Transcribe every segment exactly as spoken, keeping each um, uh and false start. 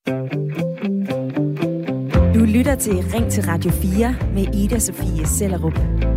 Du lytter til Ring til Radio fire med Ida Sofie Sellerup.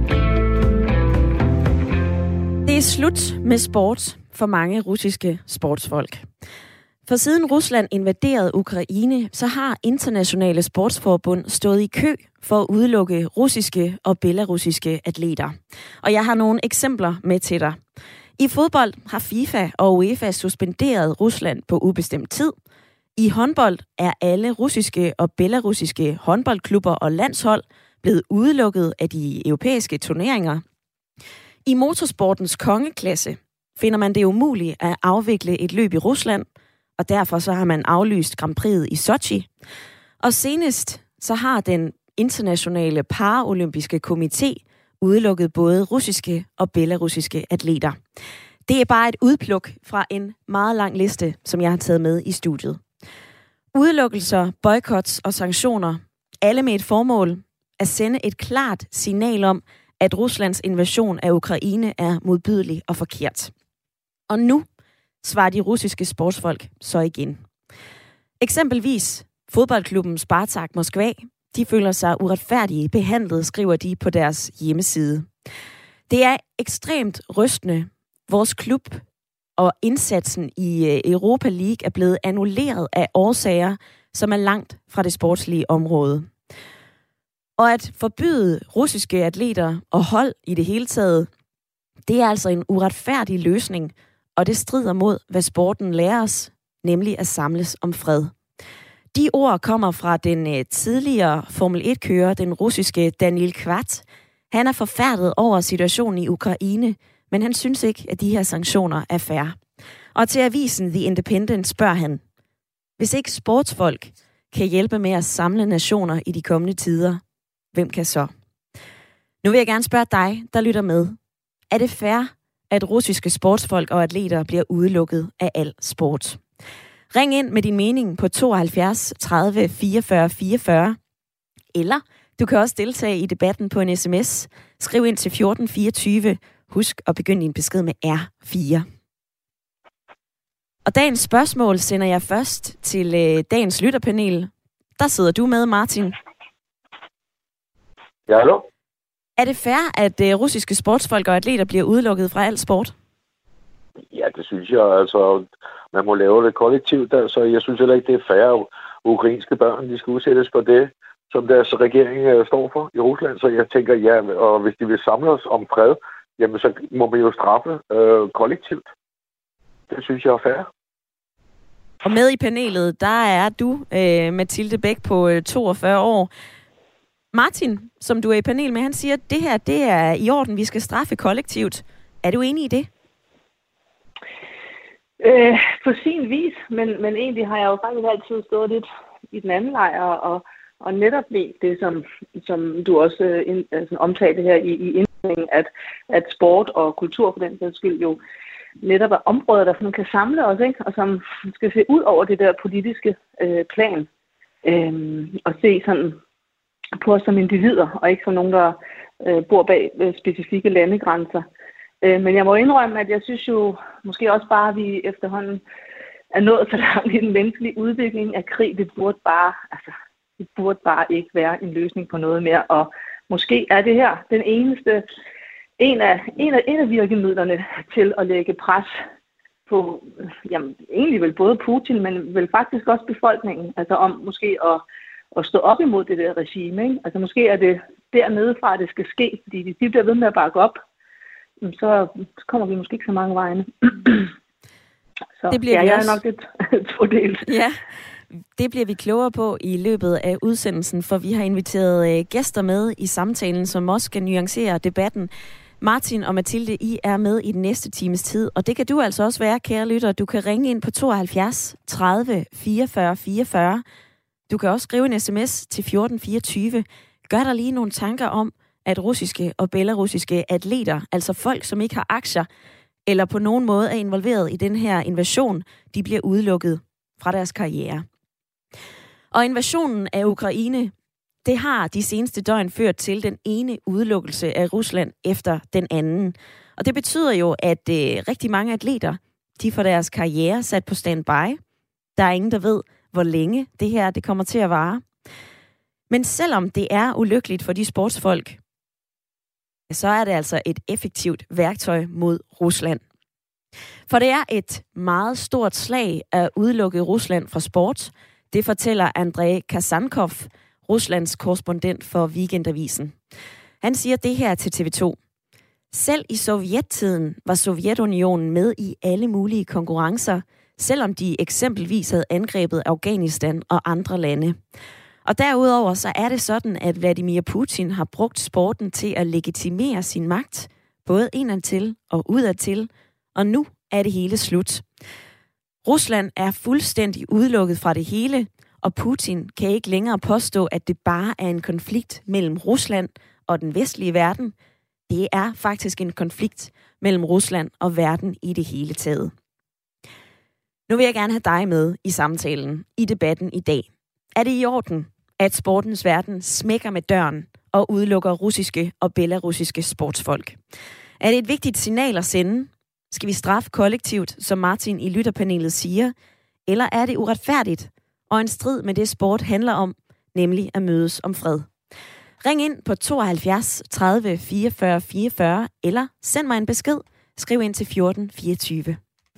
Det er slut med sport for mange russiske sportsfolk. For siden Rusland invaderede Ukraine, så har internationale sportsforbund stået i kø for at udelukke russiske og belarusiske atleter. Og jeg har nogle eksempler med til dig. I fodbold har FIFA og UEFA suspenderet Rusland på ubestemt tid. I håndbold er alle russiske og belarusiske håndboldklubber og landshold blevet udelukket af de europæiske turneringer. I motorsportens kongeklasse finder man det umuligt at afvikle et løb i Rusland, og derfor så har man aflyst Grand Prix'et i Sochi. Og senest så har den internationale paralympiske komité udelukket både russiske og belarusiske atleter. Det er bare et udpluk fra en meget lang liste, som jeg har taget med i studiet. Udelukkelser, boykots og sanktioner, alle med et formål at sende et klart signal om, at Ruslands invasion af Ukraine er modbydelig og forkert. Og nu svarer de russiske sportsfolk så igen. Eksempelvis fodboldklubben Spartak Moskva. De føler sig uretfærdigt behandlet, skriver de på deres hjemmeside. Det er ekstremt rystende. Vores klub og indsatsen i Europa League er blevet annulleret af årsager, som er langt fra det sportslige område. Og at forbyde russiske atleter og hold i det hele taget, det er altså en uretfærdig løsning, og det strider mod, hvad sporten lærer os, nemlig at samles om fred. De ord kommer fra den tidligere Formel et-kører, den russiske Daniil Kvyat. Han er forfærdet over situationen i Ukraine, men han synes ikke, at de her sanktioner er fair. Og til avisen The Independent spørger han, hvis ikke sportsfolk kan hjælpe med at samle nationer i de kommende tider, hvem kan så? Nu vil jeg gerne spørge dig, der lytter med. Er det fair, at russiske sportsfolk og atleter bliver udelukket af al sport? Ring ind med din mening på tooghalvfjerds tredive fireogfyrre fireogfyrre. Eller du kan også deltage i debatten på en sms. Skriv ind til fjorten fireogtyve. Husk at begynde din besked med R fire. Og dagens spørgsmål sender jeg først til øh, dagens lytterpanel. Der sidder du med, Martin. Ja, hallo. Er det fair, at øh, russiske sportsfolk og atleter bliver udelukket fra al sport? Ja, det synes jeg. Altså, man må lave det kollektivt der, så jeg synes heller ikke, det er fair. Ukrainske børn, de skal udsættes for det, som deres regering øh, står for i Rusland. Så jeg tænker, ja, og hvis de vil samle os om fred, jamen så må man jo straffe øh, kollektivt. Det synes jeg er fair. Og med i panelet, der er du, øh, Mathilde Bæk, på øh, toogfyrre år. Martin, som du er i panel med, han siger, at det her, det er i orden, vi skal straffe kollektivt. Er du enig i det? Øh, på sin vis, men, men egentlig har jeg jo faktisk altid stået lidt i den anden lejr, og, og netop ved det, som, som du også øh, ind, altså, omtalte her i, i indlægningen, at, at sport og kultur for den sags skyld jo netop er områder, der sådan kan samle os, ikke? Og som skal se ud over det der politiske øh, plan, øh, og se sådan på os som individer, og ikke som nogen, der øh, bor bag øh, specifikke landegrænser. Øh, men jeg må indrømme, at jeg synes jo måske også bare, at vi efterhånden er nået så langt i den menneskelige udvikling af krig. Det burde bare, altså, det burde bare ikke være en løsning på noget mere. Og måske er det her den eneste, en af, en af, en af virkemidlerne til at lægge pres på, jamen, egentlig vel både Putin, men vel faktisk også befolkningen, altså om måske at at stå op imod det der regime, ikke? Altså måske er det dernede fra, at det skal ske, fordi hvis de bliver ved med at bakke op, så kommer vi måske ikke så mange vegne. Så det bliver ja, vi jeg også... er nok lidt todelt. Ja, det bliver vi klogere på i løbet af udsendelsen, for vi har inviteret øh, gæster med i samtalen, som også skal nuancere debatten. Martin og Mathilde, I er med i den næste times tid, og det kan du altså også være, kære lytter. Du kan ringe ind på tooghalvfjerds tredive fireogfyrre fireogfyrre. Du kan også skrive en sms til fjorten fireogtyve. Gør der lige nogle tanker om, at russiske og belarusiske atleter, altså folk, som ikke har aktier, eller på nogen måde er involveret i den her invasion, de bliver udelukket fra deres karriere. Og invasionen af Ukraine, det har de seneste døgn ført til den ene udelukkelse af Rusland efter den anden. Og det betyder jo, at øh, rigtig mange atleter, de får deres karriere sat på standby. Der er ingen, der ved, hvor længe det her det kommer til at vare. Men selvom det er ulykkeligt for de sportsfolk, så er det altså et effektivt værktøj mod Rusland. For det er et meget stort slag at udelukke Rusland fra sport. Det fortæller Andrei Kasankov, Ruslands korrespondent for Weekendavisen. Han siger det her til T V to. Selv i sovjettiden var Sovjetunionen med i alle mulige konkurrencer, selvom de eksempelvis havde angrebet Afghanistan og andre lande. Og derudover så er det sådan, at Vladimir Putin har brugt sporten til at legitimere sin magt, både indadtil og udadtil, og nu er det hele slut. Rusland er fuldstændig udelukket fra det hele, og Putin kan ikke længere påstå, at det bare er en konflikt mellem Rusland og den vestlige verden. Det er faktisk en konflikt mellem Rusland og verden i det hele taget. Nu vil jeg gerne have dig med i samtalen, i debatten i dag. Er det i orden, at sportens verden smækker med døren og udelukker russiske og belarusiske sportsfolk? Er det et vigtigt signal at sende? Skal vi straffe kollektivt, som Martin i lytterpanelet siger? Eller er det uretfærdigt og en strid med det, sport handler om, nemlig at mødes om fred? Ring ind på tooghalvfjerds tredive fireogfyrre fireogfyrre, eller send mig en besked. Skriv ind til fjorten fireogtyve.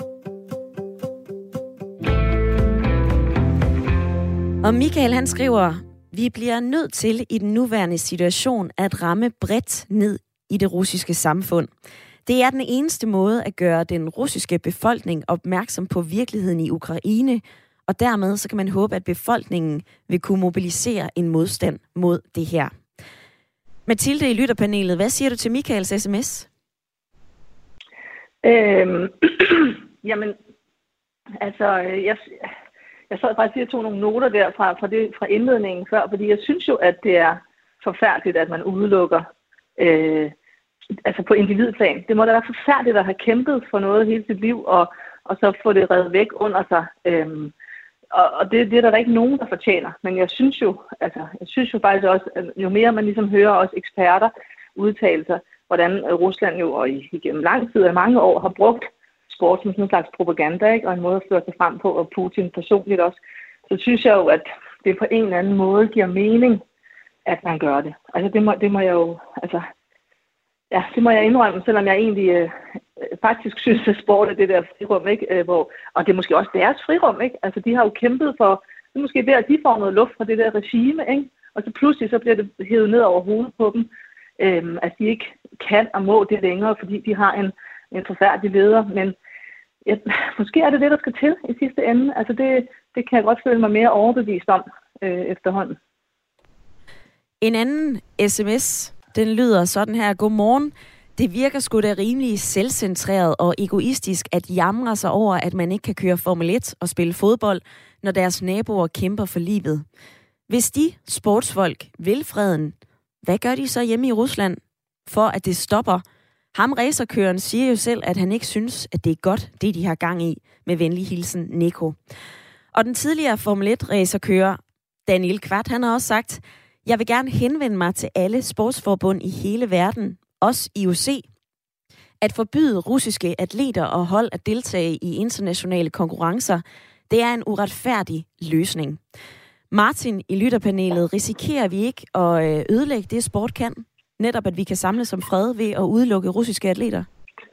Og Michael han skriver, vi bliver nødt til i den nuværende situation at ramme bredt ned i det russiske samfund. Det er den eneste måde at gøre den russiske befolkning opmærksom på virkeligheden i Ukraine, og dermed så kan man håbe, at befolkningen vil kunne mobilisere en modstand mod det her. Mathilde i lytterpanelet, hvad siger du til Michaels sms? Øhm, jamen, altså, jeg, jeg sad faktisk lige og tog nogle noter der fra, fra, det, fra indledningen før, fordi jeg synes jo, at det er forfærdeligt, at man udelukker, øh, altså på individplan. Det må da være forfærdeligt at have kæmpet for noget hele sit liv, og, og så få det revet væk under sig. Øhm, Og, og det, det er der ikke nogen, der fortjener. Men jeg synes jo, altså, jeg synes jo faktisk også, at jo mere man ligesom hører også eksperter udtale sig, hvordan Rusland jo og igennem lang tid og mange år har brugt sport som sådan en slags propaganda, ikke? Og en måde at føre sig frem på, og Putin personligt også, så synes jeg jo, at det på en eller anden måde giver mening, at man gør det. Altså det må, det må jeg jo, altså, ja, det må jeg indrømme, selvom jeg egentlig øh, faktisk synes, at sport er det der frirum, ikke? Øh, hvor, og det er måske også deres frirum, ikke? Altså de har jo kæmpet for, det er måske der, at de får noget luft fra det der regime, ikke? Og så pludselig så bliver det hævet ned over hovedet på dem, øh, at de ikke kan og må det længere, fordi de har en, en forfærdelig leder. Men ja, måske er det det, der skal til i sidste ende. Altså det, det kan jeg godt føle mig mere overbevist om øh, efterhånden. En anden sms, den lyder sådan her. Godmorgen. Det virker sgu da rimelig selvcentreret og egoistisk at jamre sig over, at man ikke kan køre Formel et og spille fodbold, når deres naboer kæmper for livet. Hvis de sportsfolk vil freden, hvad gør de så hjemme i Rusland for, at det stopper? Ham racerkøren siger jo selv, at han ikke synes, at det er godt, det de har gang i. Med venlig hilsen, Nico. Og den tidligere Formel et racerkører, Daniel Kvart, han har også sagt, jeg vil gerne henvende mig til alle sportsforbund i hele verden, også I O C, at forbyde russiske atleter og hold at deltage i internationale konkurrencer, det er en uretfærdig løsning. Martin i lytterpanelet, risikerer vi ikke at ødelægge det, sport kan? Netop at vi kan samles som fred ved at udelukke russiske atleter?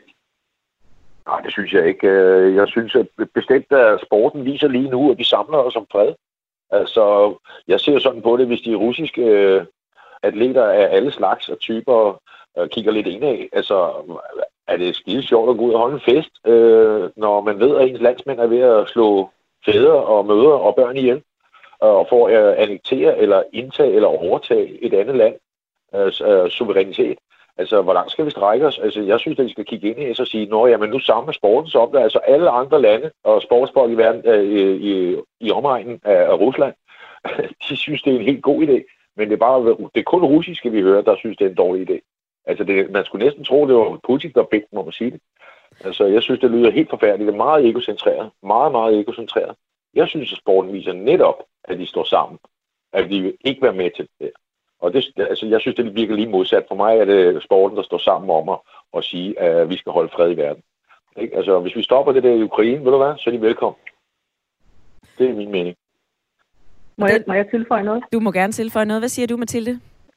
Nej, det synes jeg ikke. Jeg synes at bestemt, at sporten viser lige nu, at vi samler os som fred. Altså, jeg ser sådan på det, hvis de russiske atleter af alle slags og typer kigger lidt indad. Altså, er det skide sjovt at gå ud og holde en fest, øh, når man ved, at ens landsmænd er ved at slå fædre og mødre og børn ihjel, og for at annektere eller indtage eller overtage et andet land øh, suverænitet. Altså, hvor langt skal vi strække os? Altså, jeg synes, at vi skal kigge ind i og sige, nå ja, men nu samler sporten sig op. Altså, alle andre lande og sportsfolk i verden, øh, i, i omegnen af, af Rusland, de synes, det er en helt god idé. Men det er bare, det er kun russiske, vi hører, der synes, det er en dårlig idé. Altså, det, man skulle næsten tro, det var Putin, der begge, må man sige det. Altså, jeg synes, det lyder helt forfærdeligt. Det er meget egocentreret. Meget, meget egocentreret. Jeg synes, at sporten viser netop, at de står sammen. At de vil ikke være med til det. Og det, altså, jeg synes, det virker lige modsat. For mig er det sporten, der står sammen om at, at sige, at vi skal holde fred i verden. Ikke? Altså, hvis vi stopper det der i Ukraine, ved du hvad, så er de velkommen. Det er min mening. Må jeg, må jeg tilføje noget? Du må gerne tilføje noget. Hvad siger du, Mathilde?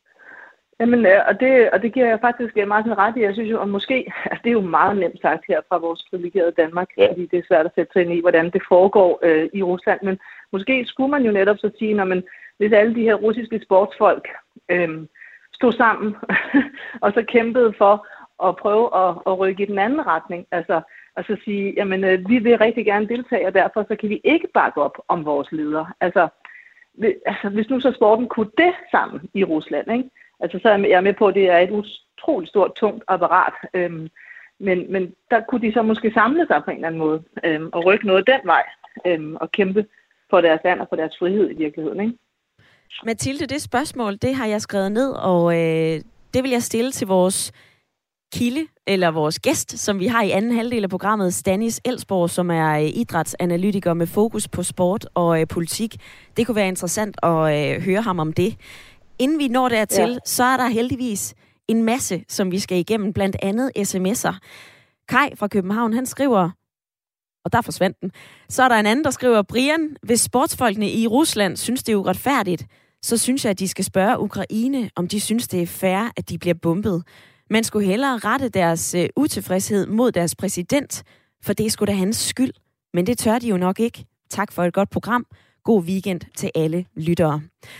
Jamen, og det, og det giver jeg faktisk meget sådan ret i. Jeg synes jo, og måske, altså det er jo meget nemt sagt her fra vores privilegerede Danmark, ja. Fordi det er svært at sætte sig ind i, hvordan det foregår øh, i Rusland. Men måske skulle man jo netop så sige, når man, hvis alle de her russiske sportsfolk øh, stod sammen, og så kæmpede for at prøve at, at rykke i den anden retning, altså og så sige, jamen øh, vi vil rigtig gerne deltage, og derfor så kan vi ikke bakke op om vores ledere. Altså, altså hvis nu så sporten kunne det sammen i Rusland, ikke? Altså, så er jeg med på, at det er et utroligt stort, tungt apparat. Øhm, men, men der kunne de så måske samle sig på en eller anden måde øhm, og rykke noget den vej øhm, og kæmpe for deres land og for deres frihed i virkeligheden, ikke? Mathilde, det spørgsmål, det har jeg skrevet ned, og øh, det vil jeg stille til vores kilde, eller vores gæst, som vi har i anden halvdel af programmet, Stanis Elsborg, som er øh, idrætsanalytiker med fokus på sport og øh, politik. Det kunne være interessant at øh, høre ham om det. Inden vi når dertil, ja. Så er der heldigvis en masse, som vi skal igennem, blandt andet sms'er. Kai fra København, han skriver, og der forsvandt den, så er der en anden, der skriver, Brian, hvis sportsfolkene i Rusland synes, det er uretfærdigt, så synes jeg, at de skal spørge Ukraine, om de synes, det er fair, at de bliver bombet. Man skulle hellere rette deres øh, utilfredshed mod deres præsident, for det er sgu da hans skyld. Men det tør de jo nok ikke. Tak for et godt program. God weekend til alle lyttere.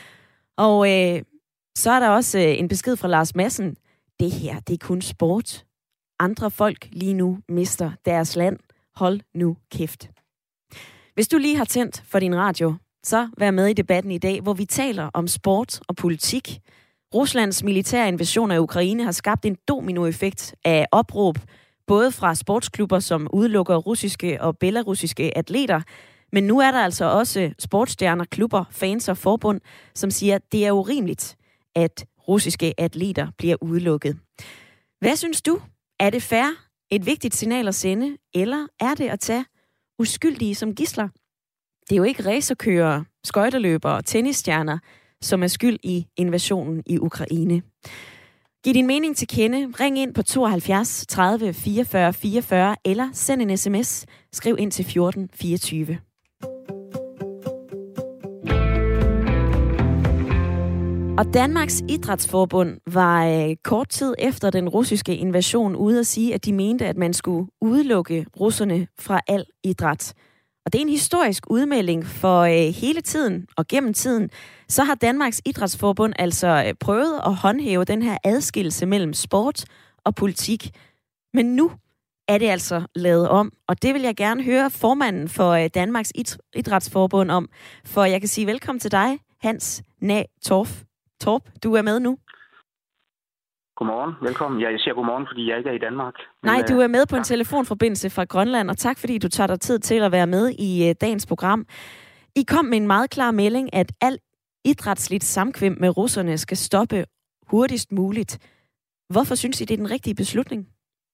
Og øh, så er der også øh, en besked fra Lars Madsen. Det her, det er kun sport. Andre folk lige nu mister deres land. Hold nu kæft. Hvis du lige har tændt for din radio, så vær med i debatten i dag, hvor vi taler om sport og politik. Ruslands militære invasion af Ukraine har skabt en dominoeffekt af opråb, både fra sportsklubber, som udelukker russiske og belarusiske atleter, men nu er der altså også sportsstjerner, klubber, fans og forbund, som siger, at det er urimeligt, at russiske atleter bliver udelukket. Hvad synes du? Er det fair? Et vigtigt signal at sende? Eller er det at tage uskyldige som gidsler? Det er jo ikke racerkørere, skøjteløbere og tennisstjerner, som er skyld i invasionen i Ukraine. Giv din mening til kende. Ring ind på tooghalvfjerds tredive fireogfyrre fireogfyrre eller send en sms. Skriv ind til fjorten fireogtyve. Og Danmarks Idrætsforbund var øh, kort tid efter den russiske invasion ude at sige, at de mente, at man skulle udelukke russerne fra al idræt. Og det er en historisk udmelding for øh, hele tiden og gennem tiden. Så har Danmarks Idrætsforbund altså øh, prøvet at håndhæve den her adskillelse mellem sport og politik. Men nu er det altså lavet om, og det vil jeg gerne høre formanden for øh, Danmarks Idrætsforbund om. For jeg kan sige velkommen til dig, Hans Na Torp. Torp, du er med nu. Godmorgen, velkommen. Jeg siger godmorgen, fordi jeg ikke er i Danmark. Men, Nej, du er med på en telefonforbindelse fra Grønland, og tak fordi du tager dig tid til at være med i uh, dagens program. I kom med en meget klar melding, at al idrætsligt samkvem med russerne skal stoppe hurtigst muligt. Hvorfor synes I, det er den rigtige beslutning?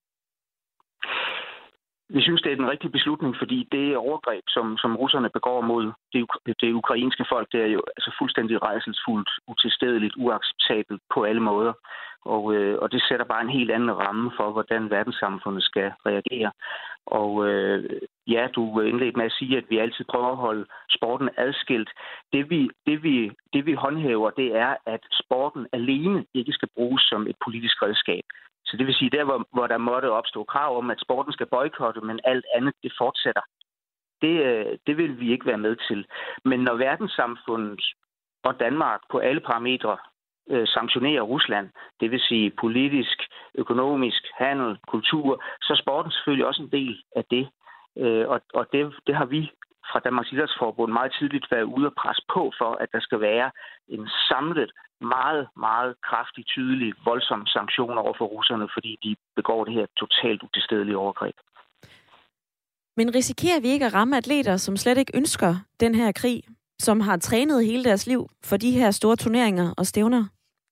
Vi synes, det er den rigtige beslutning, fordi det overgreb, som, som russerne begår mod det, det ukrainske folk, det er jo altså fuldstændig rædselsfuldt, utilstedeligt, uacceptabelt på alle måder. Og, øh, og det sætter bare en helt anden ramme for, hvordan verdenssamfundet skal reagere. Og øh, ja, du indledte med at sige, at vi altid prøver at holde sporten adskilt. Det vi, det vi, det vi håndhæver, det er, at sporten alene ikke skal bruges som et politisk redskab. Så det vil sige, der hvor, hvor der måtte opstå krav om, at sporten skal boykotte, men alt andet, det fortsætter. Det, det vil vi ikke være med til. Men når verdenssamfundet og Danmark på alle parametre øh, sanktionerer Rusland, det vil sige politisk, økonomisk, handel, kultur, så er sporten selvfølgelig også en del af det. Øh, og og det, det har vi fra Danmarks Idrætsforbund meget tidligt været ude og presse på for, at der skal være en samlet, meget, meget kraftig, tydelig, voldsom sanktion over for russerne, fordi de begår det her totalt utilstedelige overgreb. Men risikerer vi ikke at ramme atleter, som slet ikke ønsker den her krig, som har trænet hele deres liv for de her store turneringer og stævner?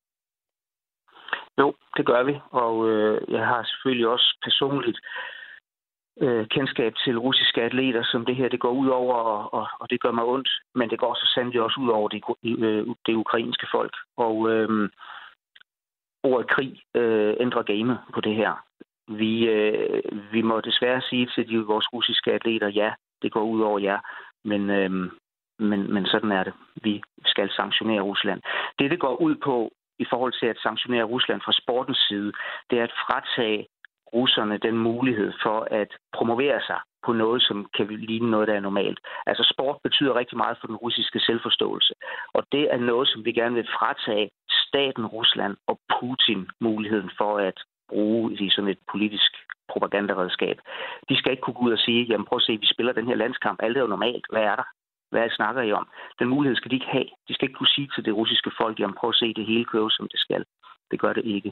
Jo, det gør vi, og øh, jeg har selvfølgelig også personligt øh, kendskab til russiske atleter, som det her det går ud over, og, og, og det gør mig ondt, men det går så sandelig også ud over det, øh, det ukrainske folk. Og øh, ordet krig øh, ændrer gamet på det her. Vi, øh, vi må desværre sige til de, vores russiske atleter, ja, det går ud over jer, men, øh, men, men sådan er det. Vi sanktionere Rusland. Det, det går ud på i forhold til at sanktionere Rusland fra sportens side, det er at fratage russerne den mulighed for at promovere sig på noget, som kan ligne noget, der er normalt. Altså sport betyder rigtig meget for den russiske selvforståelse. Og det er noget, som vi gerne vil fratage staten Rusland og Putin muligheden for at bruge i sådan et politisk propagandaredskab. De skal ikke kunne gå ud og sige, jamen prøv at se, vi spiller den her landskamp, alt er jo normalt, hvad er der? Hvad snakker I om? Den mulighed skal de ikke have. De skal ikke kunne sige til det russiske folk, jamen prøv at se, det hele kører, som det skal. Det gør det ikke.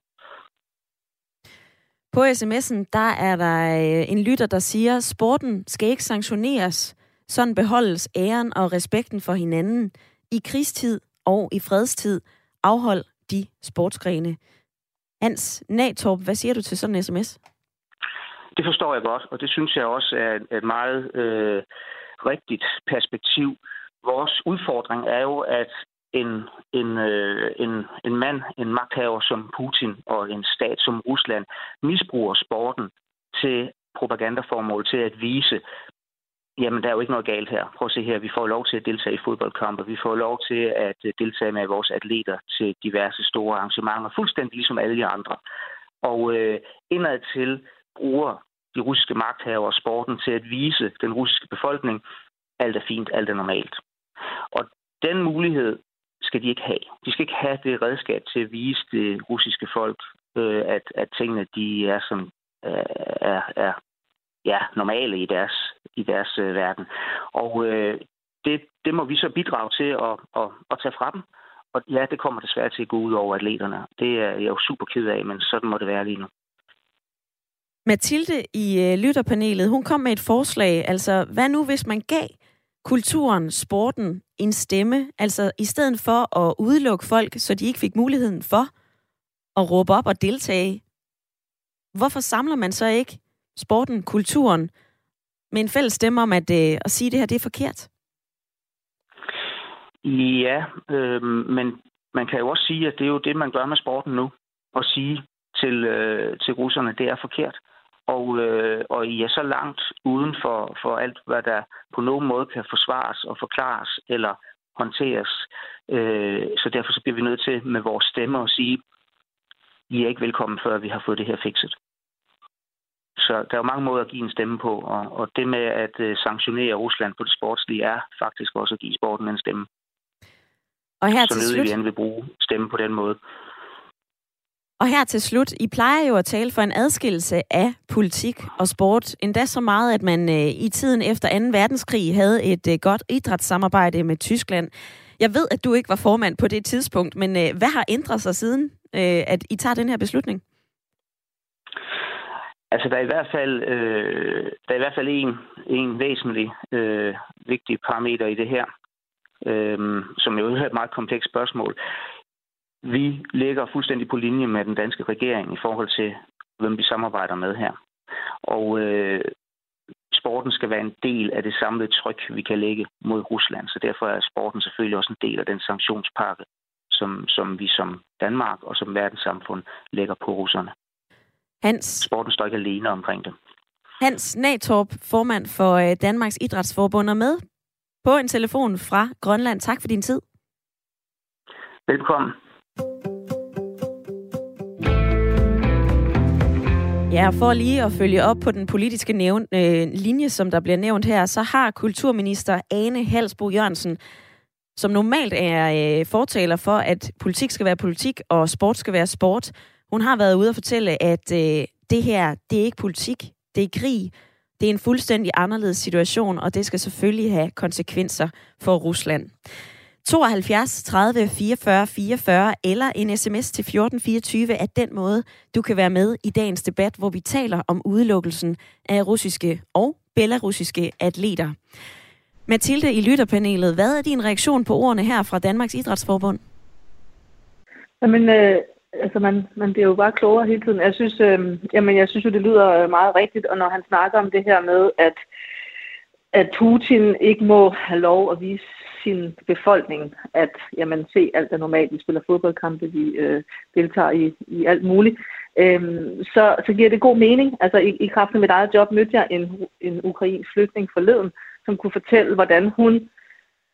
På sms'en, der er der en lytter, der siger, sporten skal ikke sanktioneres. Sådan beholdes æren og respekten for hinanden. I krigstid og i fredstid afhold de sportsgrene. Hans Natorp, hvad siger du til sådan en sms? Det forstår jeg godt, og det synes jeg også er et meget øh, rigtigt perspektiv. Vores udfordring er jo, at en, en, øh, en, en mand, en magthaver som Putin og en stat som Rusland misbruger sporten til propagandaformål, til at vise, jamen der er jo ikke noget galt her. Prøv at se her, vi får lov til at deltage i fodboldkampe, vi får lov til at deltage med vores atleter til diverse store arrangementer, fuldstændig ligesom alle de andre. Og øh, indadtil bruger de russiske magthavere sporten til at vise den russiske befolkning, alt er fint, alt er normalt. Og den mulighed skal de ikke have. De skal ikke have det redskab til at vise det russiske folk, øh, at, at tingene de er, som, øh, er, er ja, normale i deres, i deres øh, verden. Og øh, det, det må vi så bidrage til at, at, at tage fra dem. Og ja, det kommer desværre til at gå ud over atleterne. Det er jeg jo super ked af, men sådan må det være lige nu. Mathilde i øh, lytterpanelet, hun kom med et forslag. Altså, hvad nu hvis man gav kulturen, sporten en stemme? Altså, i stedet for at udelukke folk, så de ikke fik muligheden for at råbe op og deltage. Hvorfor samler man så ikke sporten, kulturen, med en fælles stemme om at, øh, at sige, at det her det er forkert? Ja, øh, men man kan jo også sige, at det er jo det, man gør med sporten nu. At sige til, øh, til russerne, det er forkert. Og, øh, og I er så langt uden for, for alt, hvad der på nogen måde kan forsvares og forklares eller håndteres. Øh, så derfor så bliver vi nødt til med vores stemme at sige, I er ikke velkommen, før vi har fået det her fikset. Så der er jo mange måder at give en stemme på, og, og det med at øh, sanktionere Rusland på det sportslige er faktisk også at give sporten en stemme. Og her så til nødt slut... vi gerne vil bruge stemme på den måde. Og her til slut, I plejer jo at tale for en adskillelse af politik og sport. Endda så meget, at man øh, i tiden efter anden verdenskrig havde et øh, godt idrætssamarbejde med Tyskland. Jeg ved, at du ikke var formand på det tidspunkt, men øh, hvad har ændret sig siden, øh, at I tager den her beslutning? Altså, der er i hvert fald, øh, der er i hvert fald en, en væsentlig øh, vigtig parameter i det her, øh, som jo er et meget komplekst spørgsmål. Vi ligger fuldstændig på linje med den danske regering i forhold til, hvem vi samarbejder med her. Og øh, sporten skal være en del af det samlede tryk, vi kan lægge mod Rusland. Så derfor er sporten selvfølgelig også en del af den sanktionspakke, som, som vi som Danmark og som verdenssamfund lægger på russerne. Hans. Sporten står ikke alene omkring det. Hans Natorp, formand for Danmarks Idrætsforbund, er med på en telefon fra Grønland. Tak for din tid. Velkommen. Ja, for lige at følge op på den politiske nævn, øh, linje, som der bliver nævnt her, så har kulturminister Ane Halsboe Jørgensen, som normalt er øh, fortaler for, at politik skal være politik, og sport skal være sport. Hun har været ude og fortælle, at øh, det her, det er ikke politik, det er krig. Det er en fuldstændig anderledes situation, og det skal selvfølgelig have konsekvenser for Rusland. tooghalvfjerds tredive fireogfyrre fireogfyrre eller en sms til fjorten fireogtyve er den måde, du kan være med i dagens debat, hvor vi taler om udelukkelsen af russiske og belarusiske atleter. Mathilde i lytterpanelet, hvad er din reaktion på ordene her fra Danmarks Idrætsforbund? Jamen, øh, altså man, man bliver jo bare klogere hele tiden. Jeg synes, øh, jamen, jeg synes jo, det lyder meget rigtigt, og når han snakker om det her med, at, at Putin ikke må have lov at vise sin befolkning, at jamen, se, alt er normalt, vi spiller fodboldkampe, vi øh, deltager i, i alt muligt, øhm, så, så giver det god mening. Altså i, i kraft af mit eget job mødte jeg en, en ukrainsk flygtning forleden, som kunne fortælle, hvordan hun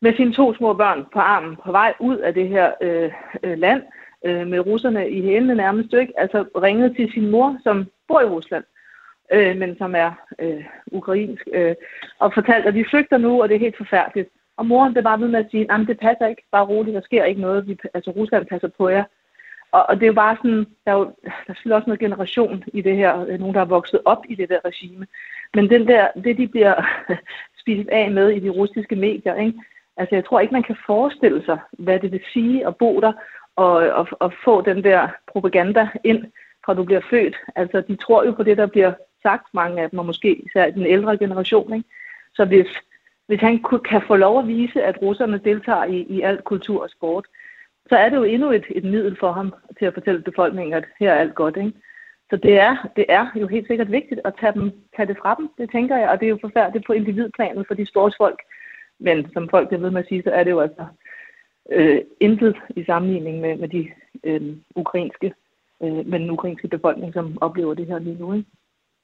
med sine to små børn på armen på vej ud af det her øh, øh, land, øh, med russerne i hælene nærmest, ikke? Altså ringede til sin mor, som bor i Rusland, øh, men som er øh, ukrainsk, øh, og fortalte, at de flygter nu, og det er helt forfærdeligt. Og moren blev bare ved med at sige, at det passer ikke, bare roligt, der sker ikke noget, vi, altså Rusland passer på jer. Og, og det er jo bare sådan, der er jo der er selvfølgelig også noget generation i det her, nogen der er vokset op i det der regime. Men den der, det de bliver spist af med i de russiske medier, ikke? Altså jeg tror ikke, man kan forestille sig, hvad det vil sige at bo der, og, og, og få den der propaganda ind, fra du bliver født. Altså de tror jo på det, der bliver sagt, mange af dem, og måske især den ældre generation, ikke? Så hvis, hvis han kan få lov at vise, at russerne deltager i, i alt kultur og sport, så er det jo endnu et, et middel for ham til at fortælle befolkningen, at her er alt godt, ikke? Så det er, det er jo helt sikkert vigtigt at tage, dem, tage det fra dem, det tænker jeg, og det er jo forfærdeligt på individplanet for de sportsfolk. Men som folk det ved med at sige, så er det jo altså øh, intet i sammenligning med, med de øh, ukrainske, øh, med den ukrainske befolkning, som oplever det her lige nu, ikke?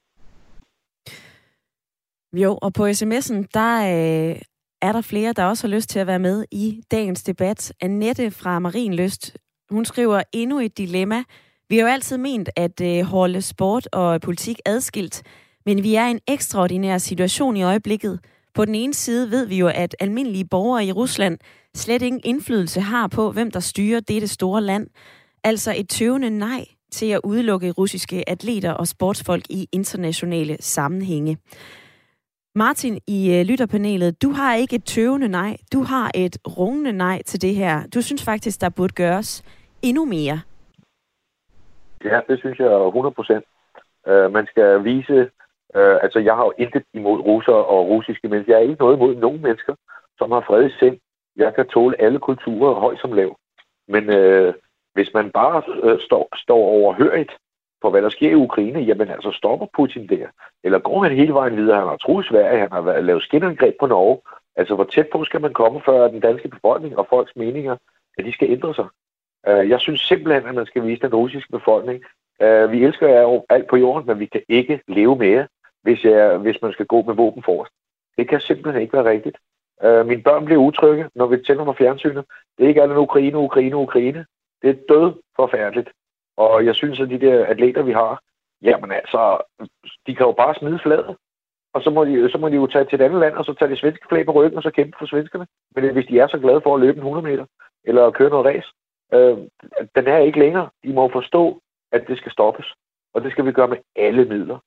Jo, og på sms'en, der øh, er der flere, der også har lyst til at være med i dagens debat. Annette fra Marienlyst, hun skriver endnu et dilemma. Vi har jo altid ment at øh, holde sport og politik adskilt, men vi er i en ekstraordinær situation i øjeblikket. På den ene side ved vi jo, at almindelige borgere i Rusland slet ingen indflydelse har på, hvem der styrer dette store land. Altså et tøvende nej til at udelukke russiske atleter og sportsfolk i internationale sammenhænge. Martin i lytterpanelet, du har ikke et tøvende nej, du har et rungende nej til det her. Du synes faktisk, der burde gøres endnu mere. Ja, det synes jeg hundrede procent. Uh, man skal vise, uh, altså jeg har jo intet imod russer og russiske mennesker. Jeg er ikke noget imod nogen mennesker, som har fred i sind. Jeg kan tåle alle kulturer, høj som lav. Men uh, hvis man bare uh, står, står overhørigt på, hvad der sker i Ukraine, jamen altså stopper Putin der. Eller går han hele vejen videre? Han har truet Sverige, han har lavet skinangreb på Norge. Altså hvor tæt på skal man komme, før den danske befolkning og folks meninger, at de skal ændre sig. Uh, jeg synes simpelthen, at man skal vise den russiske befolkning. Uh, vi elsker jer jo alt på jorden, men vi kan ikke leve mere, hvis, jeg, hvis man skal gå med våben forrest. Det kan simpelthen ikke være rigtigt. Uh, mine børn bliver utrygge, når vi tænder mig fjernsynet. Det er ikke alle Ukraine, Ukraine, Ukraine. Det er død forfærdeligt. Og jeg synes, at de der atleter, vi har, jamen altså, de kan jo bare smide fladet. Og så må, de, så må de jo tage til et andet land, og så tage det svenske flag på ryggen, og så kæmpe for svenskerne. Men hvis de er så glade for at løbe en hundrede meter, eller køre noget race, øh, den er ikke længere. De må forstå, at det skal stoppes. Og det skal vi gøre med alle midler.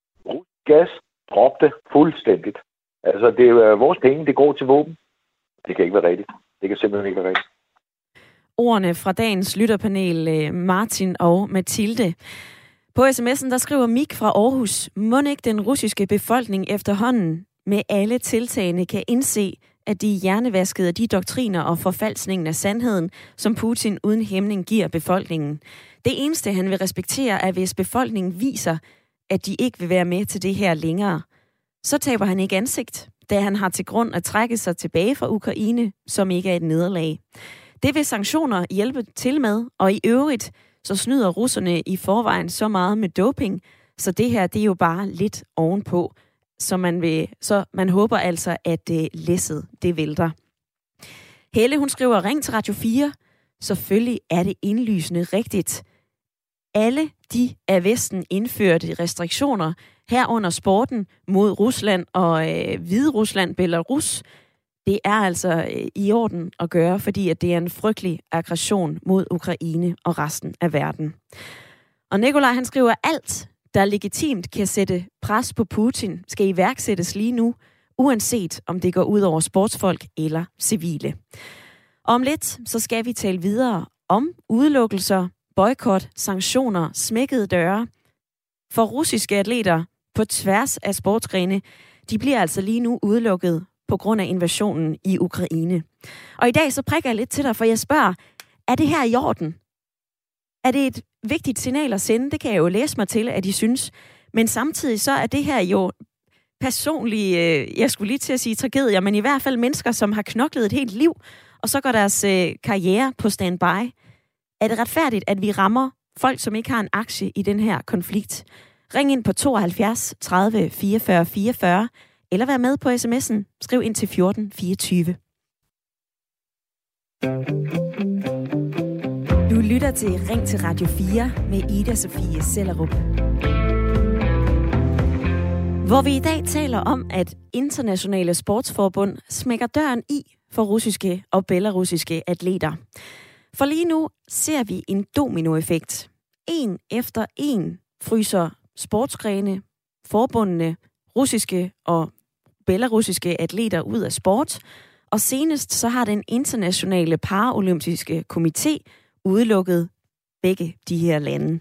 Gas, drop det fuldstændigt. Altså, det er vores penge, det går til våben. Det kan ikke være rigtigt. Det kan simpelthen ikke være rigtigt. Ordene fra dagens lytterpanel, Martin og Mathilde. På sms'en, der skriver Mik fra Aarhus, må ikke den russiske befolkning efterhånden med alle tiltagene kan indse, at de hjernevaskede de doktriner og forfalskningen af sandheden, som Putin uden hæmning giver befolkningen. Det eneste, han vil respektere, er, hvis befolkningen viser, at de ikke vil være med til det her længere. Så taber han ikke ansigt, da han har til grund at trække sig tilbage fra Ukraine, som ikke er et nederlag. Det vil sanktioner hjælpe til med, og i øvrigt så snyder russerne i forvejen så meget med doping, så det her det er jo bare lidt ovenpå, så man, vil, så man håber altså, at uh, læsset det vælter. Helle, hun skriver, ring til Radio fire. Selvfølgelig er det indlysende rigtigt. Alle de af Vesten indførte restriktioner herunder sporten mod Rusland og øh, Hvide Rusland, Belarus, det er altså øh, i orden at gøre, fordi at det er en frygtelig aggression mod Ukraine og resten af verden. Og Nikolaj, han skriver, alt, der legitimt kan sætte pres på Putin, skal iværksættes lige nu, uanset om det går ud over sportsfolk eller civile. Om lidt, så skal vi tale videre om udelukkelser, boykot, sanktioner, smækkede døre. For russiske atleter på tværs af sportsgrene, de bliver altså lige nu udelukket på grund af invasionen i Ukraine. Og i dag så prikker jeg lidt til dig, for jeg spørger, er det her i orden? Er det et vigtigt signal at sende? Det kan jeg jo læse mig til, at de synes. Men samtidig så er det her jo personligt, øh, jeg skulle lige til at sige tragedier, men i hvert fald mennesker, som har knoklet et helt liv, og så går deres øh, karriere på standby. Er det retfærdigt, at vi rammer folk, som ikke har en aktie i den her konflikt? Ring ind på tooghalvfjerds tredive fireogfyrre fireogfyrre, eller vær med på sms'en. Skriv ind til fjorten fireogtyve. Du lytter til Ring til Radio fire med Ida Sofie Sellerup. Hvor vi i dag taler om, at internationale sportsforbund smækker døren i for russiske og belarusiske atleter. For lige nu ser vi en dominoeffekt. En efter en fryser sportsgrene, forbundene, russiske og belarusiske atleter ud af sport. Og senest så har den internationale paralympiske komité udelukket begge de her lande.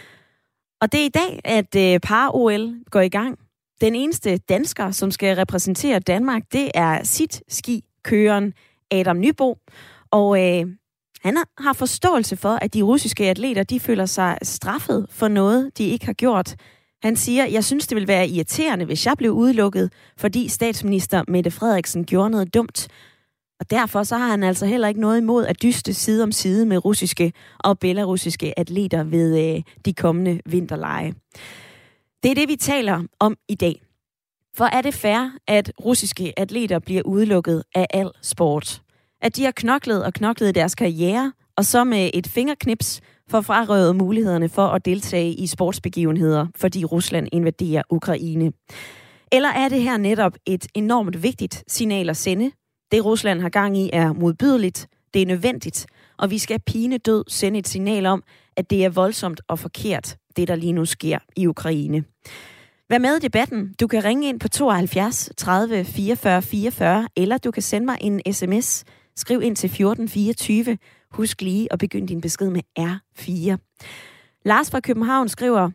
Og det er i dag, at para-O L går i gang. Den eneste dansker, som skal repræsentere Danmark, det er sit-ski-køreren Adam Nybo. Og øh, han har forståelse for, at de russiske atleter, de føler sig straffet for noget, de ikke har gjort. Han siger, jeg synes, det ville være irriterende, hvis jeg blev udelukket, fordi statsminister Mette Frederiksen gjorde noget dumt. Og derfor så har han altså heller ikke noget imod at dyste side om side med russiske og belarusiske atleter ved øh, de kommende vinterlege. Det er det, vi taler om i dag. For er det fair, at russiske atleter bliver udelukket af al sport? At de har knoklet og knoklet i deres karriere, og så med et fingerknips for frarøvet mulighederne for at deltage i sportsbegivenheder, fordi Rusland invaderer Ukraine. Eller er det her netop et enormt vigtigt signal at sende? Det Rusland har gang i er modbydeligt, det er nødvendigt, og vi skal pinedød sende et signal om, at det er voldsomt og forkert, det der lige nu sker i Ukraine. Vær med i debatten. Du kan ringe ind på tooghalvfjerds tredive fireogfyrre fireogfyrre, eller du kan sende mig en sms. Skriv ind til fjorten fireogtyve. Husk lige at begynde din besked med R fire. Lars fra København skriver,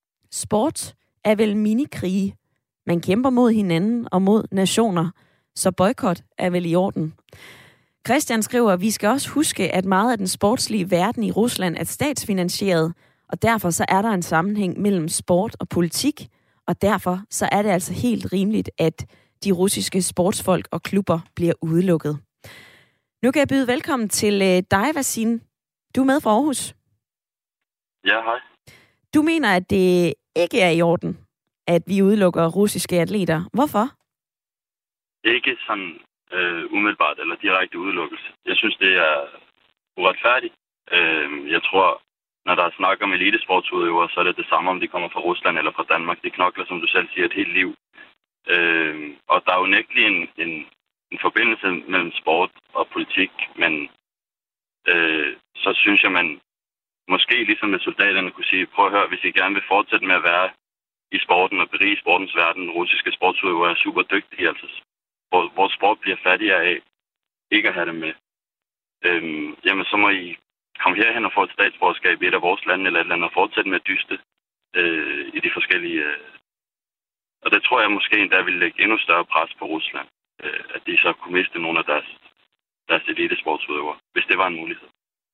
sport er vel minikrige. Man kæmper mod hinanden og mod nationer, så boykot er vel i orden. Christian skriver, vi skal også huske, at meget af den sportslige verden i Rusland er statsfinansieret, og derfor så er der en sammenhæng mellem sport og politik, og derfor så er det altså helt rimeligt, at de russiske sportsfolk og klubber bliver udelukket. Nu kan jeg byde velkommen til dig, Vasim. Du er med fra Aarhus. Ja, hej. Du mener, at det ikke er i orden, at vi udelukker russiske atleter. Hvorfor? Ikke sådan øh, umiddelbart eller direkte udelukkelse. Jeg synes, det er uretfærdigt. Øh, jeg tror, når der er snak om elitesportsudøvere, så er det det samme, om de kommer fra Rusland eller fra Danmark. De knokler, som du selv siger, et helt liv. Øh, og der er jo nægtelig en, en, en forbindelse mellem sport og politik, men øh, så synes jeg, man måske ligesom med soldaterne kunne sige, prøv at høre, hvis I gerne vil fortsætte med at være i sporten og berige sportens verden, russiske sportsudøvere er super dygtige, altså vores sport bliver fattigere af ikke at have dem med. Øhm, jamen, så må I komme herhen og få et statsborgerskab i et af vores lande, eller et eller andet, og fortsætte med at dyste øh, i de forskellige... Øh. Og det tror jeg måske endda ville lægge endnu større pres på Rusland, øh, at de så kunne miste nogle af deres, deres elitesportsudøvere, hvis det var en mulighed.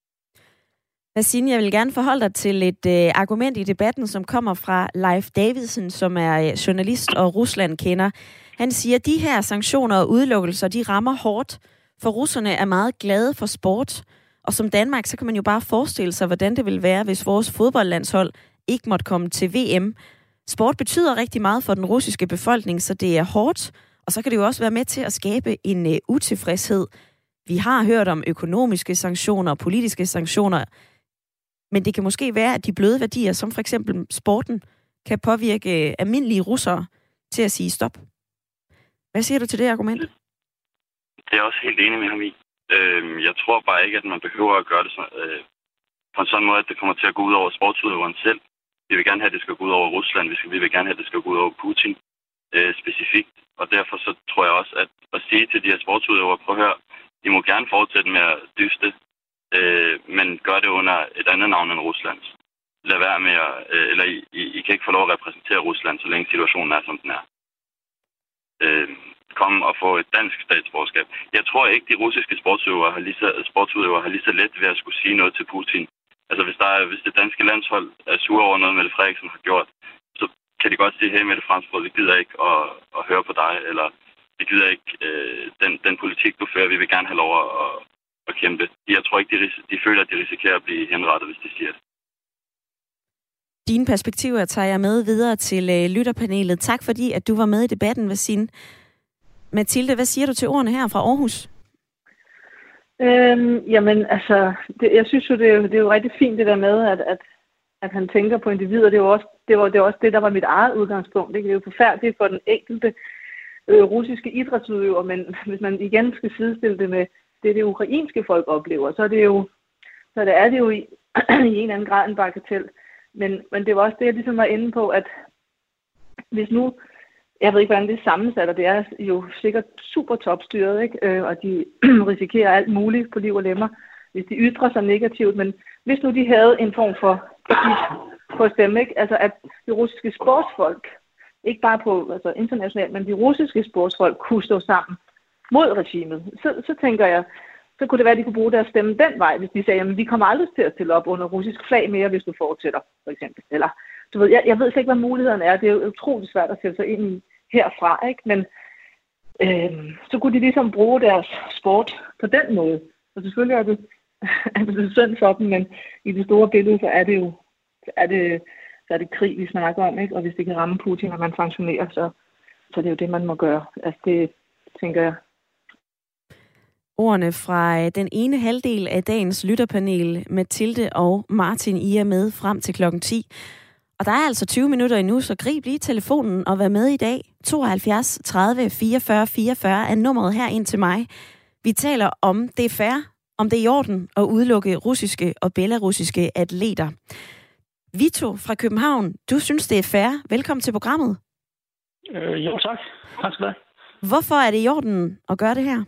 Vasim, jeg vil gerne forholde dig til et øh, argument i debatten, som kommer fra Leif Davidsen, som er øh, journalist og Rusland kender. Han siger, at de her sanktioner og udelukkelser, de rammer hårdt, for russerne er meget glade for sport. Og som Danmark, så kan man jo bare forestille sig, hvordan det ville være, hvis vores fodboldlandshold ikke måtte komme til V M. Sport betyder rigtig meget for den russiske befolkning, så det er hårdt. Og så kan det jo også være med til at skabe en uh, utilfredshed. Vi har hørt om økonomiske sanktioner og politiske sanktioner. Men det kan måske være, at de bløde værdier, som for eksempel sporten, kan påvirke uh, almindelige russere til at sige stop. Hvad siger du til det argument? Det er jeg også helt enig med ham i. Jeg tror bare ikke, at man behøver at gøre det på en sådan måde, at det kommer til at gå ud over sportsudøveren selv. Vi vil gerne have, at det skal gå ud over Rusland. Vi vil gerne have, at det skal gå ud over Putin øh, specifikt. Og derfor så tror jeg også, at at sige til de her sportsudøvere, prøv at høre, I må gerne fortsætte med at dyste, øh, men gør det under et andet navn end Ruslands. Lad være med at, øh, eller I, I, I kan ikke få lov at repræsentere Rusland, så længe situationen er, som den er. Øh, komme og få et dansk statsborgerskab. Jeg tror ikke, de russiske sportsudøvere har lige så, sportsudøvere har lige så let ved at skulle sige noget til Putin. Altså, hvis, der er, hvis det danske landshold er sur over noget, Mette Frederiksen har gjort, så kan de godt sige, hey, Mette Frederiksen, vi gider ikke at, at høre på dig, eller vi gider ikke øh, den, den politik, du fører, vi vil gerne have lov at, at, at kæmpe. Jeg tror ikke, de, de føler, at de risikerer at blive henrettet, hvis de siger det. Dine perspektiver tager jeg med videre til øh, lytterpanelet. Tak fordi, at du var med i debatten, Vasim. Mathilde, hvad siger du til ordene her fra Aarhus? Øhm, jamen, altså, det, jeg synes jo, det er, det er jo rigtig fint det der med, at, at, at han tænker på individer. Det er jo også det, var, det, var også det der var mit eget udgangspunkt. Ikke? Det er jo forfærdeligt for den enkelte øh, russiske idrætsudøver, men hvis man igen skal sidestille det med det, det ukrainske folk oplever, så er det jo, så det er det jo i, i en eller anden grad en bagatel. Men, men det var også det, jeg ligesom var inde på, at hvis nu, jeg ved ikke, hvordan det er sammensat, og det er jo sikkert super topstyret, ikke? Øh, og de risikerer alt muligt på liv og lemmer, hvis de ytrer sig negativt. Men hvis nu de havde en form for, for stemme, ikke? Altså at de russiske sportsfolk, ikke bare på altså internationalt, men de russiske sportsfolk kunne stå sammen mod regimet, så, så tænker jeg, så kunne det være, at de kunne bruge deres stemme den vej, hvis de sagde, at vi kommer aldrig til at stille op under russisk flag mere, hvis du fortsætter, for eksempel. Eller, du ved, jeg, jeg ved slet ikke, hvad mulighederne er. Det er jo utroligt svært at sætte sig ind i herfra, ikke? Men øh, så kunne de ligesom bruge deres sport på den måde. Og selvfølgelig er det, er det synd for dem, men i det store billede, så er det jo så er det, så er det krig, vi snakker om, ikke? Og hvis det kan ramme Putin, og man sanktionerer, så, så det er jo det, man må gøre. Altså det tænker jeg. Ordene fra den ene halvdel af dagens lytterpanel, Mathilde og Martin, I er med frem til klokken ti. Og der er altså tyve minutter endnu, så grib lige telefonen og vær med i dag. tooghalvfjerds tredive fireogfyrre fireogfyrre er nummeret her ind til mig. Vi taler om, det er fair, om det er i orden at udelukke russiske og belarusiske atleter. Vito fra København, du synes, det er fair. Velkommen til programmet. Øh, jo, tak. Tak skal du have. Hvorfor er det i orden at gøre det her?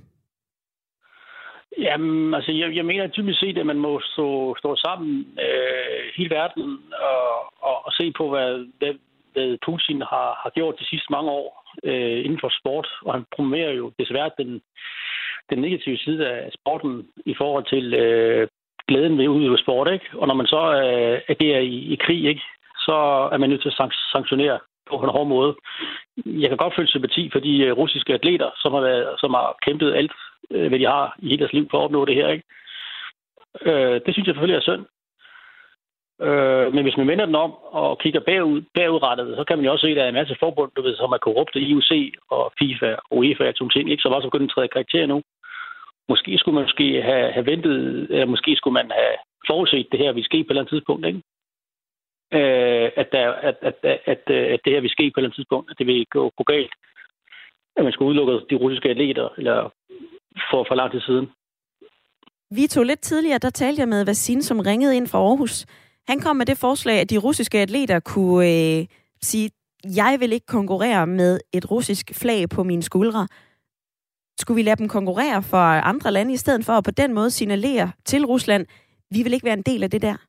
Jamen, altså, jeg, jeg mener typisk set, at man må stå, stå sammen øh, hele verden og, og, og se på, hvad, hvad, hvad Putin har, har gjort de sidste mange år øh, inden for sport. Og han promoverer jo desværre den, den negative side af sporten i forhold til øh, glæden ved at udøve sport, ikke? Og når man så øh, agerer i, i krig, ikke, så er man nødt til at sanktionere på en hård måde. Jeg kan godt føle sympati for de russiske atleter, som har, været, som har kæmpet alt, hvad de har i hele deres liv for at opnå det her, ikke? Øh, det synes jeg selvfølgelig er synd. Øh, men hvis man vender den om og kigger bagud, bagudrettet, så kan man jo også se, at der er en masse forbund, du ved, som er korrupte, I O C og FIFA og UEFA og sådan ting, ikke? Som også er begyndt at træde karakter nu. Måske skulle man måske have, have ventet, eller måske skulle man have forudset det her, vi ske på et eller andet tidspunkt, ikke? Øh, at, der, at, at, at, at det her vil ske på et eller andet tidspunkt, at det vil gå, gå galt. At man skulle udelukke de russiske atleter, eller for, for lang tid siden. Vi tog lidt tidligere, der talte jeg med Vasin, som ringede ind fra Aarhus. Han kom med det forslag, at de russiske atleter kunne øh, sige, jeg vil ikke konkurrere med et russisk flag på mine skuldre. Skulle vi lade dem konkurrere for andre lande, i stedet for at på den måde signalere til Rusland, vi vil ikke være en del af det der?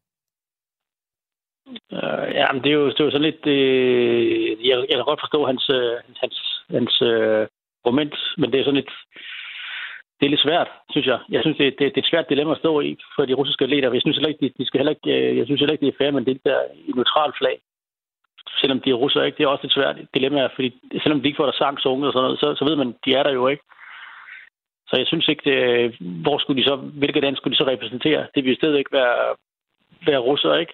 Uh, ja, men det er jo, det er jo sådan lidt... Øh, jeg, jeg kan godt forstå hans, hans, hans øh, argument, men det er sådan lidt... Det er lidt svært, synes jeg. Jeg synes, det, det, det er et svært dilemma at stå i for de russiske atleter. Jeg synes heller ikke, de, de skal heller ikke, jeg synes heller ikke, det er fair, men det der i neutral flag. Selvom de er russere, ikke? Det er også et svært dilemma, fordi selvom de ikke får der sang sunget og sådan noget, så, så ved man, de er der jo ikke. Så jeg synes ikke, det, hvor skulle de så, hvilket land skulle de så repræsentere? Det vil i stedet ikke være, være russere, ikke?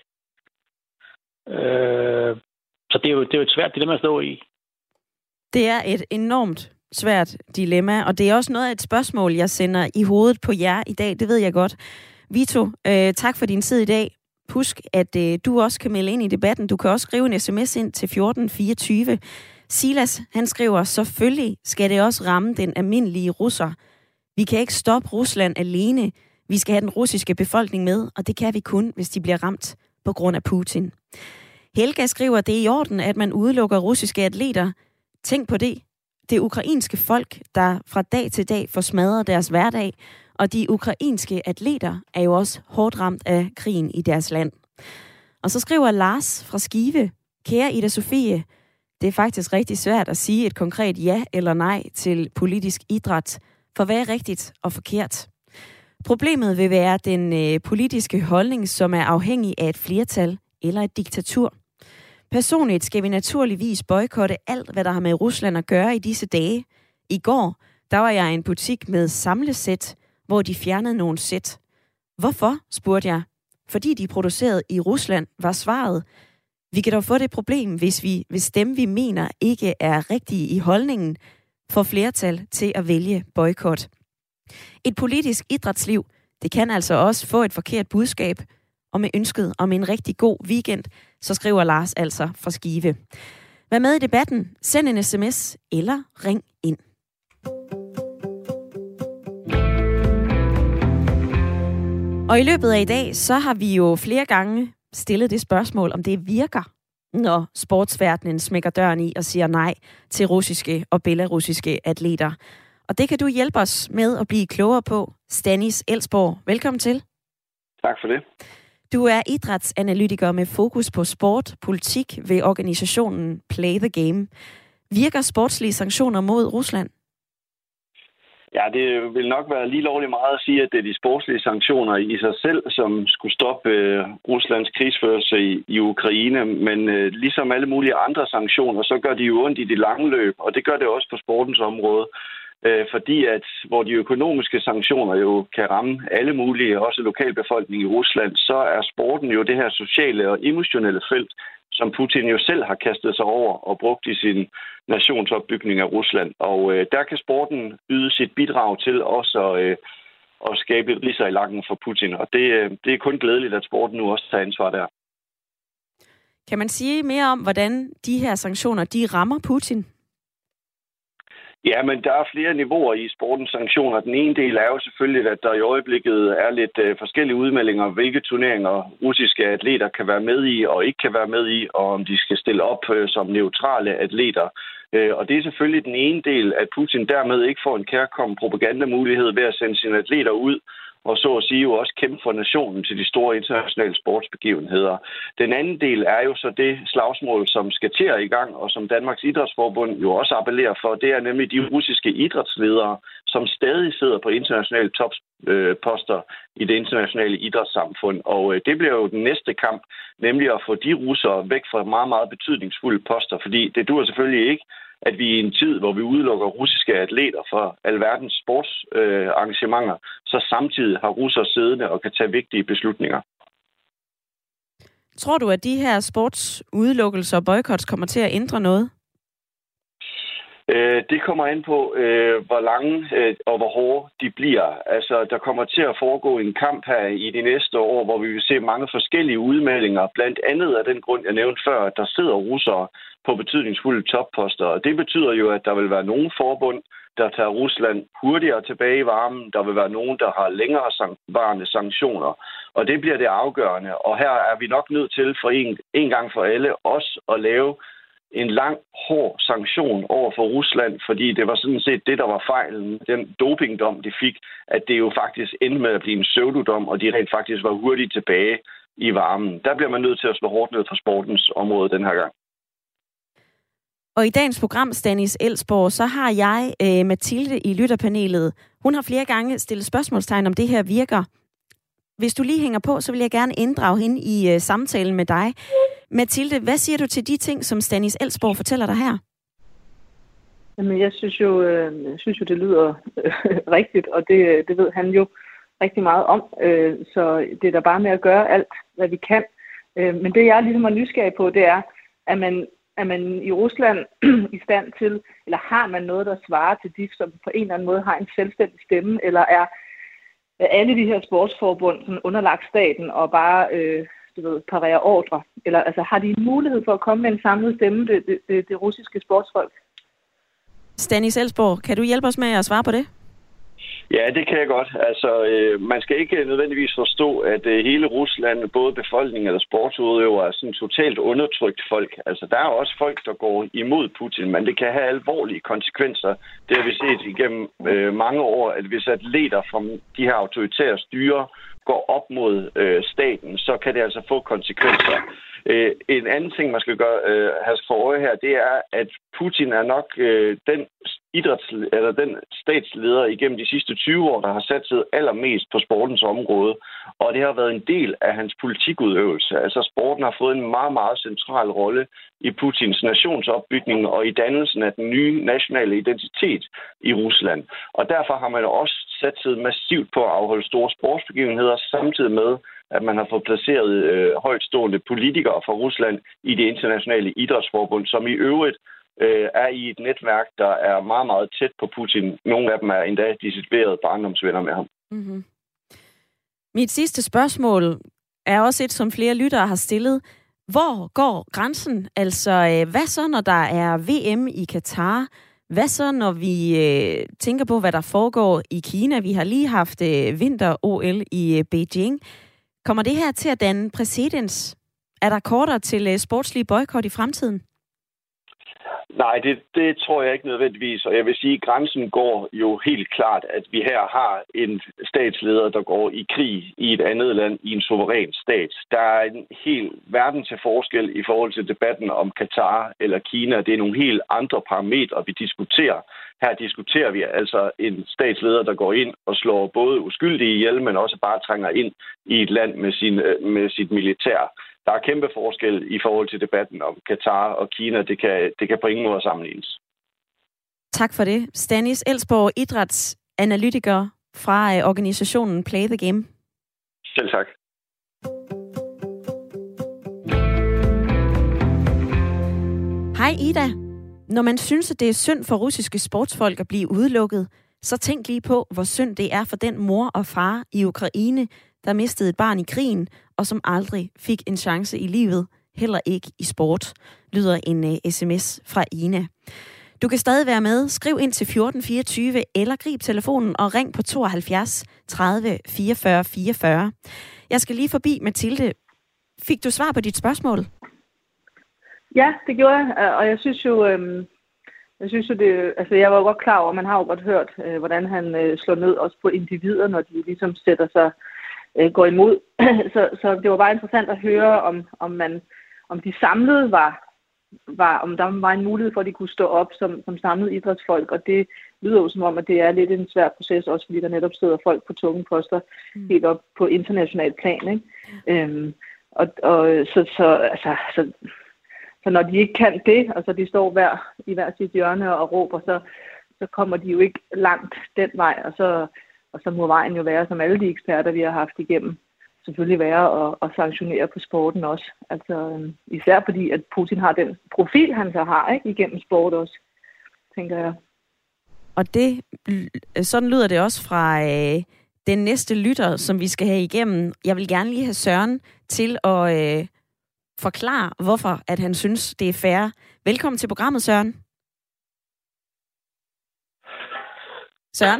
Øh, så det er, jo, det er jo et svært dilemma at stå i. Det er et enormt svært dilemma, og det er også noget af et spørgsmål, jeg sender i hovedet på jer i dag, det ved jeg godt. Vito, øh, tak for din tid i dag. Husk, at øh, du også kan melde ind i debatten. Du kan også skrive en sms ind til fjorten fireogtyve. Silas, han skriver, selvfølgelig skal det også ramme den almindelige russer. Vi kan ikke stoppe Rusland alene. Vi skal have den russiske befolkning med, og det kan vi kun, hvis de bliver ramt på grund af Putin. Helga skriver, det er i orden, at man udelukker russiske atleter. Tænk på det. Det ukrainske folk, der fra dag til dag får smadret deres hverdag, og de ukrainske atleter er jo også hårdt ramt af krigen i deres land. Og så skriver Lars fra Skive, kære Ida Sofie, det er faktisk rigtig svært at sige et konkret ja eller nej til politisk idræt, for hvad er rigtigt og forkert? Problemet vil være den øh, politiske holdning, som er afhængig af et flertal eller et diktatur. Personligt skal vi naturligvis boykotte alt, hvad der har med Rusland at gøre i disse dage. I går, der var jeg i en butik med samlesæt, hvor de fjernede nogle sæt. Hvorfor, spurgte jeg. Fordi de er produceret i Rusland, var svaret. Vi kan dog få det problem, hvis vi, hvis dem vi mener ikke er rigtige i holdningen, får flertal til at vælge boykot. Et politisk idrætsliv, det kan altså også få et forkert budskab, og med ønsket om en rigtig god weekend, så skriver Lars altså fra Skive. Vær med i debatten, send en sms eller ring ind. Og i løbet af i dag, så har vi jo flere gange stillet det spørgsmål, om det virker, når sportsverdenen smækker døren i og siger nej til russiske og belarusiske atleter. Og det kan du hjælpe os med at blive klogere på. Stanis Elsborg, velkommen til. Tak for det. Du er idrætsanalytiker med fokus på sport, politik ved organisationen Play the Game. Virker sportslige sanktioner mod Rusland? Ja, det vil nok være lige lovligt meget at sige, at det er de sportslige sanktioner i sig selv, som skulle stoppe øh, Ruslands krigsførelse i, i Ukraine. Men øh, ligesom alle mulige andre sanktioner, så gør de jo ondt i det lange løb, og det gør det også på sportens område. Øh, fordi at hvor de økonomiske sanktioner jo kan ramme alle mulige, også lokalbefolkning i Rusland, så er sporten jo det her sociale og emotionelle felt, som Putin jo selv har kastet sig over og brugt i sin nationsopbygning af Rusland. Og øh, der kan sporten yde sit bidrag til også at, øh, at skabe et ridser i lakken for Putin. Og det, øh, det er kun glædeligt, at sporten nu også tager ansvar der. Kan man sige mere om, hvordan de her sanktioner, de rammer Putin? Ja, men der er flere niveauer i sportens sanktioner. Den ene del er jo selvfølgelig, at der i øjeblikket er lidt øh, forskellige udmeldinger, hvilke turneringer russiske atleter kan være med i og ikke kan være med i, og om de skal stille op øh, som neutrale atleter. Øh, og det er selvfølgelig den ene del, at Putin dermed ikke får en kærkommen propagandamulighed ved at sende sine atleter ud, og så at sige jo også kæmpe for nationen til de store internationale sportsbegivenheder. Den anden del er jo så det slagsmål, som skal til i gang, og som Danmarks Idrætsforbund jo også appellerer for. Det er nemlig de russiske idrætsledere, som stadig sidder på internationale topposter i det internationale idrætssamfund. Og det bliver jo den næste kamp, nemlig at få de russere væk fra meget, meget betydningsfulde poster, fordi det dur selvfølgelig ikke, at vi i en tid, hvor vi udelukker russiske atleter fra alverdens sportsarrangementer, øh, så samtidig har russere siddende og kan tage vigtige beslutninger. Tror du, at de her sportsudelukkelser og boykots kommer til at ændre noget? Øh, det kommer an på, øh, hvor lange øh, og hvor hårde de bliver. Altså, der kommer til at foregå en kamp her i de næste år, hvor vi vil se mange forskellige udmeldinger. Blandt andet af den grund, jeg nævnte før, at der sidder russere på betydningsfulde topposter. Og det betyder jo, at der vil være nogle forbund, der tager Rusland hurtigere tilbage i varmen. Der vil være nogen, der har længere varende sanktioner. Og det bliver det afgørende. Og her er vi nok nødt til for en, en gang for alle også at lave en lang, hård sanktion over for Rusland, fordi det var sådan set det, der var fejlen. Den dopingdom, de fik, at det jo faktisk endte med at blive en pseudodom, og de rent faktisk var hurtigt tilbage i varmen. Der bliver man nødt til at slå hårdt ned på sportens område den her gang. Og i dagens program, Stanis Elsborg, så har jeg øh, Mathilde i lytterpanelet. Hun har flere gange stillet spørgsmålstegn, om det her virker. Hvis du lige hænger på, så vil jeg gerne inddrage hende i øh, samtalen med dig. Mathilde, hvad siger du til de ting, som Stanis Elsborg fortæller dig her? Jamen, jeg synes jo, øh, jeg synes jo det lyder øh, rigtigt, og det, det ved han jo rigtig meget om. Øh, så det er da bare med at gøre alt, hvad vi kan. Øh, men det, jeg ligesom er nysgerrig på, det er, at man, at man i Rusland i stand til, eller har man noget, der svarer til de, som på en eller anden måde har en selvstændig stemme, eller er alle de her sportsforbund sådan underlagt staten og bare øh, du ved, parerer ordre? Eller altså, har de en mulighed for at komme med en samlet stemme, det, det, det, det russiske sportsfolk? Stanis Elsborg, kan du hjælpe os med at svare på det? Ja, det kan jeg godt. Altså, øh, man skal ikke nødvendigvis forstå, at øh, hele Rusland, både befolkningen eller sportsudøvere, er sådan totalt undertrykt folk. Altså, der er også folk, der går imod Putin, men det kan have alvorlige konsekvenser. Det har vi set igennem øh, mange år, at hvis atleter fra de her autoritære styre går op mod øh, staten, så kan det altså få konsekvenser. Øh, en anden ting, man skal gøre, øh, have for øje her, det er, at Putin er nok øh, den idræts eller den statsleder igennem de sidste tyve år, der har sat sig allermest på sportens område, og det har været en del af hans politikudøvelse. Altså sporten har fået en meget, meget central rolle i Putins nationsopbygning og i dannelsen af den nye nationale identitet i Rusland. Og derfor har man også sat sig massivt på at afholde store sportsbegivenheder, samtidig med, at man har fået placeret øh, højtstående politikere fra Rusland i det internationale idrætsforbund, som i øvrigt øh, er i et netværk, der er meget, meget tæt på Putin. Nogle af dem er endda decideret barndomsvenner med ham. Mm-hmm. Mit sidste spørgsmål er også et, som flere lyttere har stillet. Hvor går grænsen? Altså, hvad så, når der er V M i Katar? Hvad så, når vi øh, tænker på, hvad der foregår i Kina? Vi har lige haft øh, vinter-O L i øh, Beijing. Kommer det her til at danne præcedens? Er der kortere til øh, sportslige boykot i fremtiden? Nej, det, det tror jeg ikke nødvendigvis. Og jeg vil sige, at grænsen går jo helt klart, at vi her har en statsleder, der går i krig i et andet land, i en suveræn stat. Der er en hel verden til forskel i forhold til debatten om Katar eller Kina. Det er nogle helt andre parametre, vi diskuterer. Her diskuterer vi altså en statsleder, der går ind og slår både uskyldige ihjel, men også bare trænger ind i et land med, sin, med sit militær. Der er kæmpe forskel i forhold til debatten om Katar og Kina. Det kan, det kan på ingen måde sammenlignes. Tak for det. Stanis Elsborg, idrætsanalytiker fra organisationen Play the Game. Selv tak. Hej Ida. Når man synes, at det er synd for russiske sportsfolk at blive udelukket, så tænk lige på, hvor synd det er for den mor og far i Ukraine, der mistede et barn i krigen, og som aldrig fik en chance i livet, heller ikke i sport, lyder en uh, sms fra Ina. Du kan stadig være med. Skriv ind til fjorten fireogtyve, eller grib telefonen og ring på tooghalvfjerds tredive fireogfyrre fireogfyrre. Jeg skal lige forbi Mathilde. Fik du svar på dit spørgsmål? Ja, det gjorde jeg, og jeg synes jo, øh, jeg synes jo det, altså jeg var jo godt klar over, man har jo godt hørt, øh, hvordan han øh, slår ned også på individer, når de ligesom sætter sig går imod. så, så det var bare interessant at høre, om, om, man, om de samlede var, var, om der var en mulighed for, at de kunne stå op som, som samlede idrætsfolk, og det lyder jo som om, at det er lidt en svær proces, også fordi der netop sidder folk på tunge poster mm. helt op på international plan. Ikke? Mm. Øhm, og, og så, så, altså, så, så når de ikke kan det, og så de står hver, i hver sit hjørne og råber, så, så kommer de jo ikke langt den vej, og så Og så må vejen jo være, som alle de eksperter, vi har haft igennem, selvfølgelig være at, at sanktionere på sporten også. Altså især fordi, at Putin har den profil, han så har, ikke, igennem sport også, tænker jeg. Og det, sådan lyder det også fra øh, den næste lytter, som vi skal have igennem. Jeg vil gerne lige have Søren til at øh, forklare, hvorfor at han synes, det er fair. Velkommen til programmet, Søren. Søren?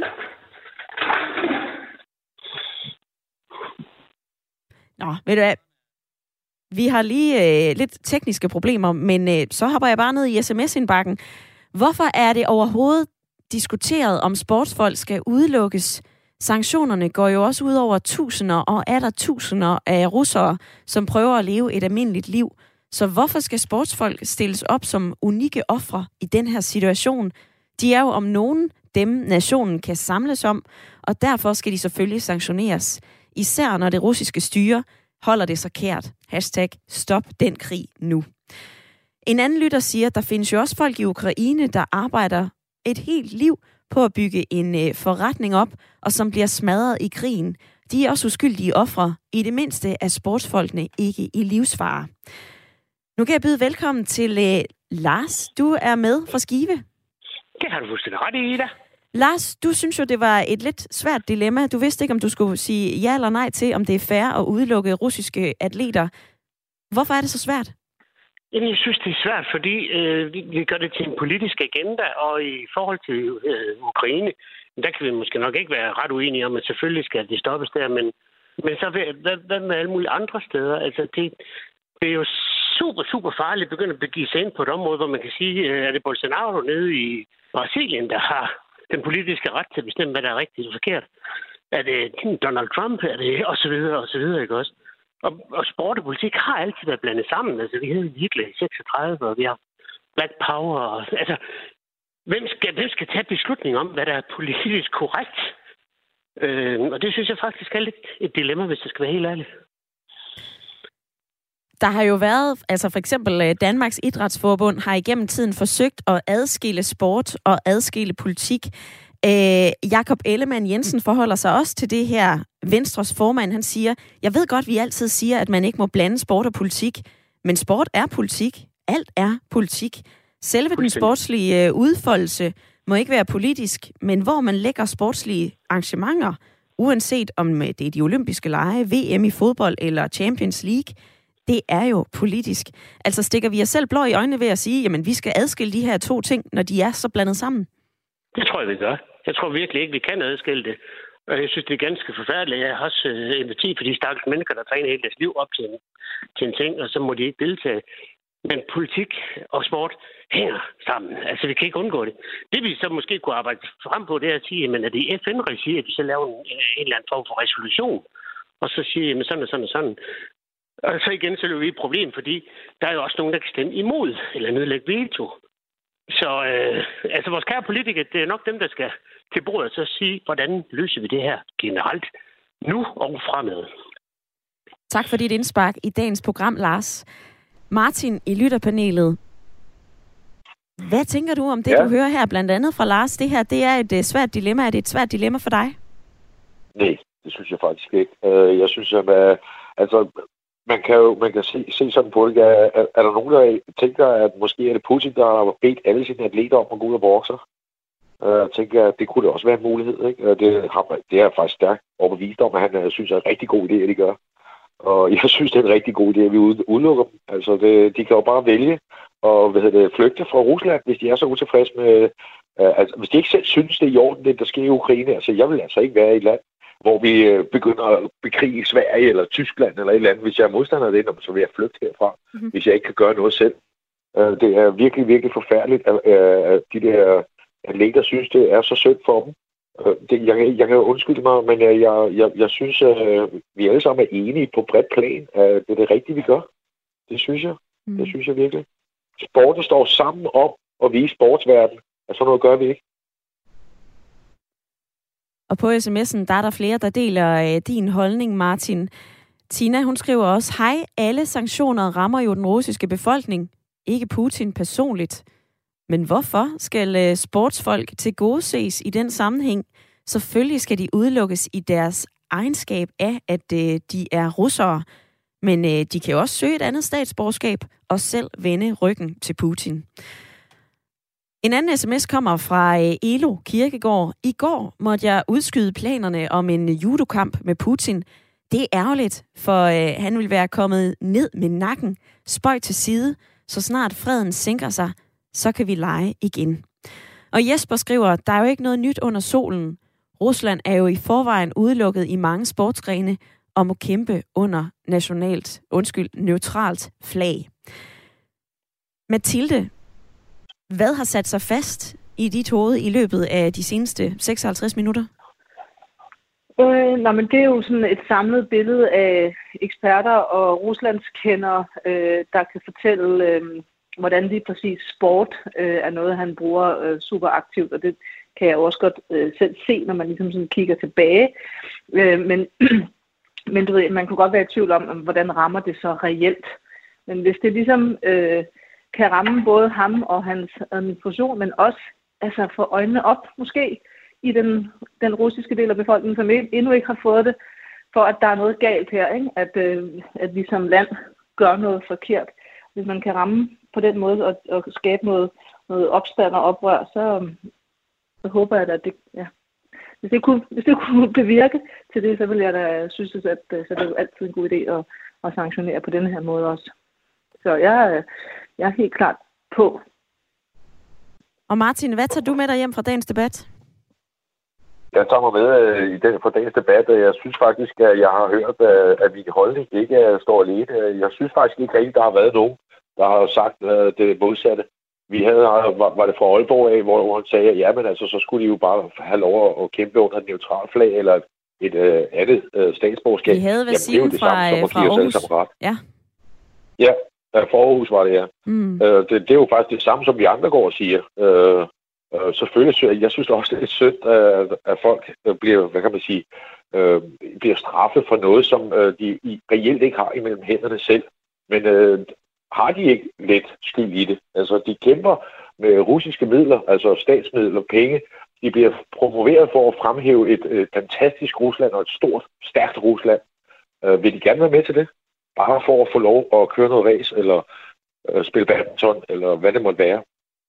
Nå, ved du hvad? Vi har lige øh, lidt tekniske problemer, men øh, så hopper jeg bare ned i sms-indbakken. Hvorfor er det overhovedet diskuteret, om sportsfolk skal udelukkes? Sanktionerne går jo også ud over tusinder og er der tusinder af russere, som prøver at leve et almindeligt liv. Så hvorfor skal sportsfolk stilles op som unikke ofre i den her situation? De er jo om nogen dem, nationen kan samles om, og derfor skal de selvfølgelig sanktioneres. Især når det russiske styre holder det så kært. Hashtag stop den krig nu. En anden lytter siger, at der findes jo også folk i Ukraine, der arbejder et helt liv på at bygge en øh, forretning op, og som bliver smadret i krigen. De er også uskyldige ofre. I det mindste er sportsfolkene ikke i livsfare. Nu kan jeg byde velkommen til øh, Lars. Du er med fra Skive. Det har du fuldstændig ret i, Ida. Lars, du synes jo, det var et lidt svært dilemma. Du vidste ikke, om du skulle sige ja eller nej til, om det er fair at udelukke russiske atleter. Hvorfor er det så svært? Jamen, jeg synes, det er svært, fordi øh, vi, vi gør det til en politisk agenda, og i forhold til øh, Ukraine, der kan vi måske nok ikke være ret uenige om, at selvfølgelig skal det stoppes der, men, men så hvad, hvad med alle mulige andre steder? Altså, det, det er jo super, super farligt at begynde at begive sig ind på et område, hvor man kan sige, øh, er det Bolsonaro nede i Brasilien, der har den politiske ret til at bestemme, hvad der er rigtigt og forkert? Er det Donald Trump? Er det og så videre, og så videre, ikke også? Og, og sport og politik har altid været blandet sammen. Altså, vi havde virkelig seksogtredive, og vi har Black Power. Og, altså, hvem skal, hvem skal tage beslutning om, hvad der er politisk korrekt? Øh, og det synes jeg faktisk er lidt et dilemma, hvis det skal være helt ærligt. Der har jo været, altså for eksempel Danmarks Idrætsforbund har igennem tiden forsøgt at adskille sport og adskille politik. Øh, Jakob Ellemann Jensen forholder sig også til det her. Venstres formand, han siger, jeg ved godt, vi altid siger, at man ikke må blande sport og politik, men sport er politik. Alt er politik. Selve den sportslige udfoldelse må ikke være politisk, men hvor man lægger sportslige arrangementer, uanset om det er de olympiske lege, V M i fodbold eller Champions League, det er jo politisk. Altså stikker vi os selv blå i øjnene ved at sige, jamen vi skal adskille de her to ting, når de er så blandet sammen? Det tror jeg, vi gør. Jeg tror virkelig ikke, vi kan adskille det. Og jeg synes, det er ganske forfærdeligt. Jeg har også øh, empati for de stakkels mennesker, der træner hele deres liv op til en, til en ting, og så må de ikke deltage. Men politik og sport hænger sammen. Altså, vi kan ikke undgå det. Det vi så måske kunne arbejde frem på, det er at sige, at det er F N-regi, at vi så laver en, en eller anden form for resolution. Og så sige, at sådan og sådan og sådan. Og så igen, så løber vi et problem, fordi der er jo også nogen, der kan stemme imod eller nedlægge veto. Så øh, altså, vores kære politikere, det er nok dem, der skal til bordet så sige, hvordan løser vi det her generelt nu og fremad. Tak for dit indspark i dagens program, Lars. Martin i lytterpanelet. Hvad tænker du om det, ja. du hører her, blandt andet fra Lars? Det her, det er et uh, svært dilemma. Er det et svært dilemma for dig? Nej, det synes jeg faktisk ikke. Uh, jeg synes, at uh, altså, man kan jo man kan se, se sådan på det. Er, er, er der nogen, der tænker, at måske er det Putin, der har bedt alle sine atleter om at gå ud og bokse? Uh, jeg tænker, at det kunne det også være en mulighed. Ikke? Uh, det, har, det er jeg faktisk stærkt overbevist om, at han uh, synes, at det er en rigtig god idé, at de gør. Og jeg synes, det er en rigtig god idé, at vi udelukker dem. Altså, det, de kan jo bare vælge og hvad hedder det, flygte fra Rusland, hvis de er så utilfredse med... Uh, altså, hvis de ikke selv synes, det er i orden, det der sker i Ukraine. Altså, jeg vil altså ikke være i et land, hvor vi uh, begynder at bekrige Sverige eller Tyskland eller et eller andet. Hvis jeg er modstander af det, så vil jeg flygte herfra, mm-hmm. hvis jeg ikke kan gøre noget selv. Uh, det er virkelig, virkelig forfærdeligt, at uh, de der atleter synes, det er så synd for dem. Det, jeg, jeg kan jo undskylde mig, men jeg, jeg, jeg, jeg synes, at vi alle sammen er enige på bredt plan, at det er det rigtige, vi gør. Det synes jeg. Mm. Det synes jeg virkelig. Sporten står sammen om at vise sportsverden, og sådan noget gør vi ikke. Og på sms'en, der er der flere, der deler øh, din holdning, Martin. Tina, hun skriver også, hej, alle sanktioner rammer jo den russiske befolkning, ikke Putin personligt. Men hvorfor skal sportsfolk tilgodeses i den sammenhæng? Selvfølgelig skal de udelukkes i deres egenskab af, at de er russere. Men de kan jo også søge et andet statsborgerskab og selv vende ryggen til Putin. En anden sms kommer fra Elo Kirkegaard. I går måtte jeg udskyde planerne om en judokamp med Putin. Det er ærgerligt, for han vil være kommet ned med nakken, spøj til side, så snart freden sænker sig, så kan vi lege igen. Og Jesper skriver, der er jo ikke noget nyt under solen. Rusland er jo i forvejen udelukket i mange sportsgrene og må kæmpe under nationalt, undskyld, neutralt flag. Mathilde, hvad har sat sig fast i dit hoved i løbet af de seneste seksoghalvtreds minutter? Øh, nej, men det er jo sådan et samlet billede af eksperter og ruslandskendere, øh, der kan fortælle... Øh, hvordan lige præcis sport øh, er noget, han bruger øh, super aktivt, og det kan jeg også godt øh, selv se, når man ligesom sådan kigger tilbage. Øh, men men du ved, man kunne godt være i tvivl om, om, hvordan rammer det så reelt. Men hvis det ligesom øh, kan ramme både ham og hans administration, men også altså få øjnene op måske i den, den russiske del af befolkningen, som endnu ikke har fået det, for at der er noget galt her, ikke? At, øh, at vi som land gør noget forkert. Hvis man kan ramme på den måde og, og skabe noget, noget opstand og oprør, så, så håber jeg da, at det, ja. hvis, det kunne, hvis det kunne bevirke til det, så vil jeg da synes, at så det er altid en god idé at, at sanktionere på den her måde også. Så jeg, jeg er helt klart på. Og Martin, hvad tager du med dig hjem fra dagens debat? Jeg tager mig med uh, i den, fra dagens debat, og jeg synes faktisk, at jeg har hørt, uh, at min holdning ikke uh, står alene. Jeg synes faktisk ikke, at der har været nogen, der har sagt uh, det modsatte. Vi havde, var, var det fra Aalborg af, hvor han sagde, at ja, men altså, så skulle de jo bare have lov at kæmpe under et neutralt flag eller et, et uh, andet uh, statsborgerskab. Vi havde Vasim fra, samme, fra Aarhus. Ja. Ja, fra Aarhus var det, ja. Mm. Uh, det, det er jo faktisk det samme, som vi andre går og siger. Uh, Uh, selvfølgelig, jeg synes også, det er synd, at, at folk bliver, hvad kan man sige, uh, bliver straffet for noget, som uh, de reelt ikke har imellem hænderne selv. Men uh, har de ikke lidt skyld i det? Altså, de kæmper med russiske midler, altså statsmidler, penge. De bliver promoveret for at fremhæve et uh, fantastisk Rusland og et stort, stærkt Rusland. Uh, vil de gerne være med til det? Bare for at få lov at køre noget race, eller uh, spille badminton, eller hvad det måtte være.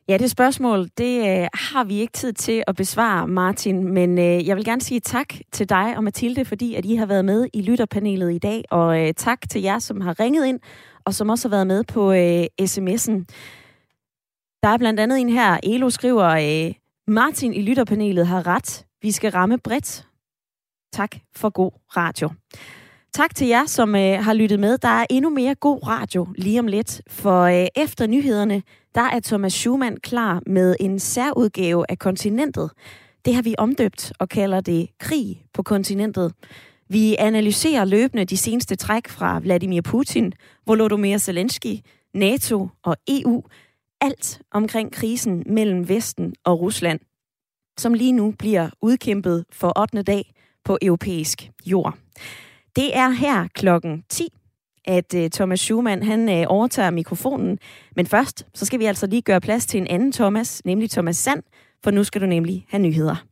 Ja, det spørgsmål, det øh, har vi ikke tid til at besvare, Martin, men øh, jeg vil gerne sige tak til dig og Mathilde, fordi at I har været med i lytterpanelet i dag, og øh, tak til jer, som har ringet ind, og som også har været med på øh, sms'en. Der er blandt andet en her, Elo skriver, øh, Martin i lytterpanelet har ret, vi skal ramme bredt. Tak for god radio. Tak til jer, som øh, har lyttet med. Der er endnu mere god radio lige om lidt, for øh, efter nyhederne, der er Thomas Schumann klar med en særudgave af kontinentet. Det har vi omdøbt og kalder det Krig på kontinentet. Vi analyserer løbende de seneste træk fra Vladimir Putin, Volodymyr Zelensky, NATO og E U. Alt omkring krisen mellem Vesten og Rusland, som lige nu bliver udkæmpet for ottende dag på europæisk jord. Det er her klokken ti, at uh, Thomas Schumann han uh, overtager mikrofonen. Men først, så skal vi altså lige gøre plads til en anden Thomas, nemlig Thomas Sand, for nu skal du nemlig have nyheder.